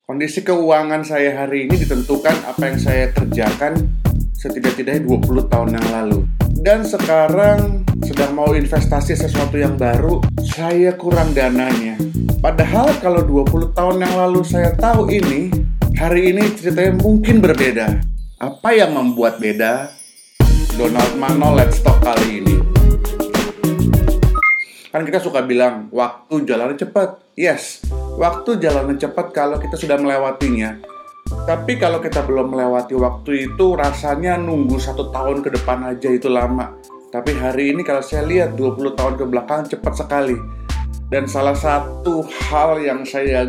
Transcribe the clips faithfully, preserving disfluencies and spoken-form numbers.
Kondisi keuangan saya hari ini ditentukan apa yang saya kerjakan setidak-tidaknya dua puluh tahun yang lalu. Dan sekarang sedang mau investasi sesuatu yang baru, saya kurang dananya. Padahal kalau dua puluh tahun yang lalu saya tahu ini, hari ini ceritanya mungkin berbeda. Apa yang membuat beda? Donald Mano Let's Talk kali ini. Kan kita suka bilang, waktu jalannya cepat. Yes, waktu jalannya cepat kalau kita sudah melewatinya. Tapi kalau kita belum melewati waktu itu, rasanya nunggu satu tahun ke depan aja itu lama. Tapi hari ini kalau saya lihat dua puluh tahun ke belakang cepat sekali. Dan salah satu hal yang saya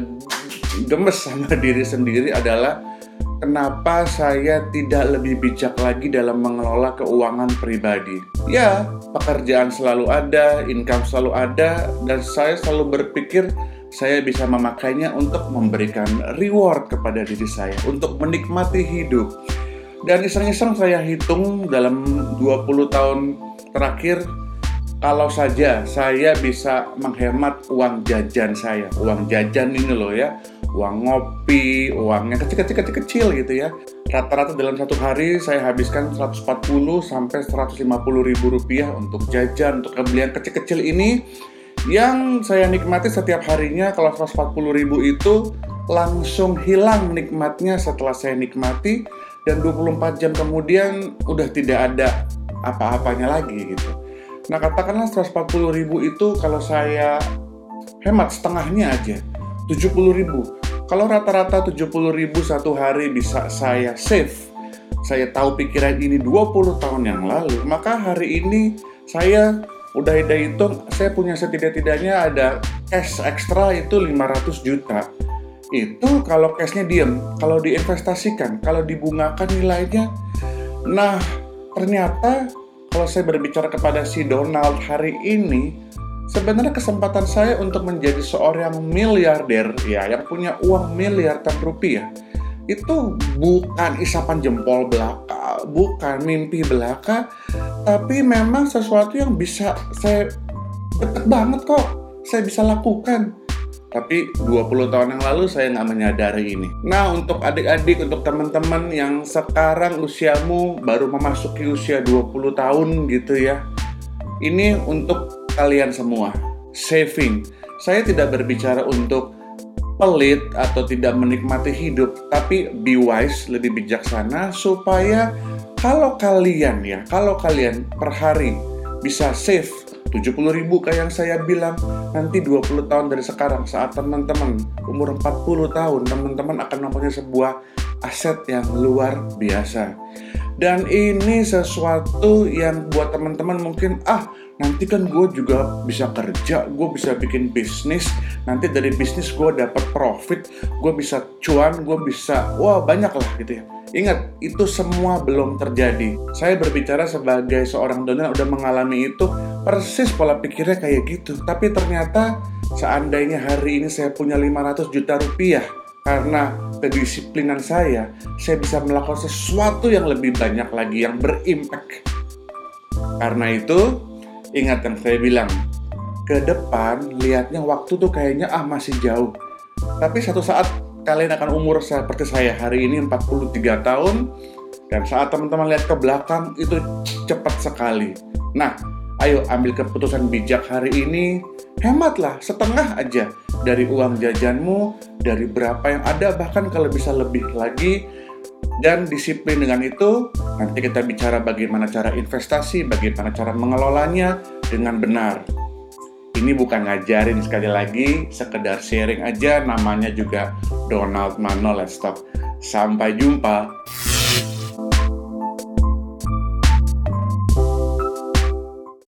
gemes sama diri sendiri adalah kenapa saya tidak lebih bijak lagi dalam mengelola keuangan pribadi. Ya, pekerjaan selalu ada, income selalu ada, dan saya selalu berpikir saya bisa memakainya untuk memberikan reward kepada diri saya, untuk menikmati hidup. Dan iseng-iseng saya hitung dalam dua puluh tahun terakhir, kalau saja saya bisa menghemat uang jajan saya, uang jajan ini loh ya, uang ngopi, uang yang kecil-kecil gitu ya. Rata-rata dalam satu hari saya habiskan seratus empat puluh sampai seratus lima puluh ribu rupiah untuk jajan, untuk pembelian kecil-kecil ini. Yang saya nikmati setiap harinya, kalau seratus empat puluh ribu itu langsung hilang nikmatnya setelah saya nikmati. Dan dua puluh empat jam kemudian udah tidak ada apa-apanya lagi gitu. Nah, katakanlah seratus empat puluh ribu itu kalau saya hemat setengahnya aja, tujuh puluh ribu. Kalau rata-rata tujuh puluh ribu satu hari bisa saya save, saya tahu pikiran ini dua puluh tahun yang lalu, maka hari ini saya udah ada hitung, saya punya setidak-tidaknya ada cash ekstra itu lima ratus juta. Itu kalau cashnya diem, kalau diinvestasikan, kalau dibungakan nilainya. Nah, ternyata kalau saya berbicara kepada si Donald hari ini, sebenarnya kesempatan saya untuk menjadi seorang miliarder, ya, yang punya uang miliaran rupiah, itu bukan isapan jempol belaka, bukan mimpi belaka, tapi memang sesuatu yang bisa saya deket banget kok, saya bisa lakukan. Tapi dua puluh tahun yang lalu saya nggak menyadari ini. Nah, untuk adik-adik, untuk teman-teman yang sekarang usiamu baru memasuki usia dua puluh tahun gitu ya, ini untuk kalian semua, saving. Saya tidak berbicara untuk pelit atau tidak menikmati hidup, tapi be wise, lebih bijaksana, supaya kalau kalian ya, kalau kalian per hari bisa save tujuh puluh ribu kayak yang saya bilang, nanti dua puluh tahun dari sekarang saat teman-teman umur empat puluh tahun, teman-teman akan mempunyai sebuah aset yang luar biasa. Dan ini sesuatu yang buat teman-teman mungkin, ah nanti kan gue juga bisa kerja, gue bisa bikin bisnis, nanti dari bisnis gue dapat profit, gue bisa cuan, gue bisa, wah banyak lah gitu ya. Ingat, itu semua belum terjadi. Saya berbicara sebagai seorang donor udah mengalami itu, persis pola pikirnya kayak gitu. Tapi ternyata seandainya hari ini saya punya lima ratus juta rupiah, karena kedisiplinan saya, saya bisa melakukan sesuatu yang lebih banyak lagi, yang berimpact. Karena itu, ingat yang saya bilang, ke depan lihatnya waktu tuh kayaknya ah masih jauh. Tapi satu saat kalian akan umur seperti saya hari ini empat puluh tiga tahun, dan saat teman-teman lihat ke belakang itu cepat sekali. Nah, ayo ambil keputusan bijak hari ini, hematlah setengah aja dari uang jajanmu, dari berapa yang ada, bahkan kalau bisa lebih lagi. Dan disiplin dengan itu, nanti kita bicara bagaimana cara investasi, bagaimana cara mengelolanya dengan benar. Ini bukan ngajarin, sekali lagi, sekedar sharing aja, namanya juga Donald Mano Let's Talk. Sampai jumpa.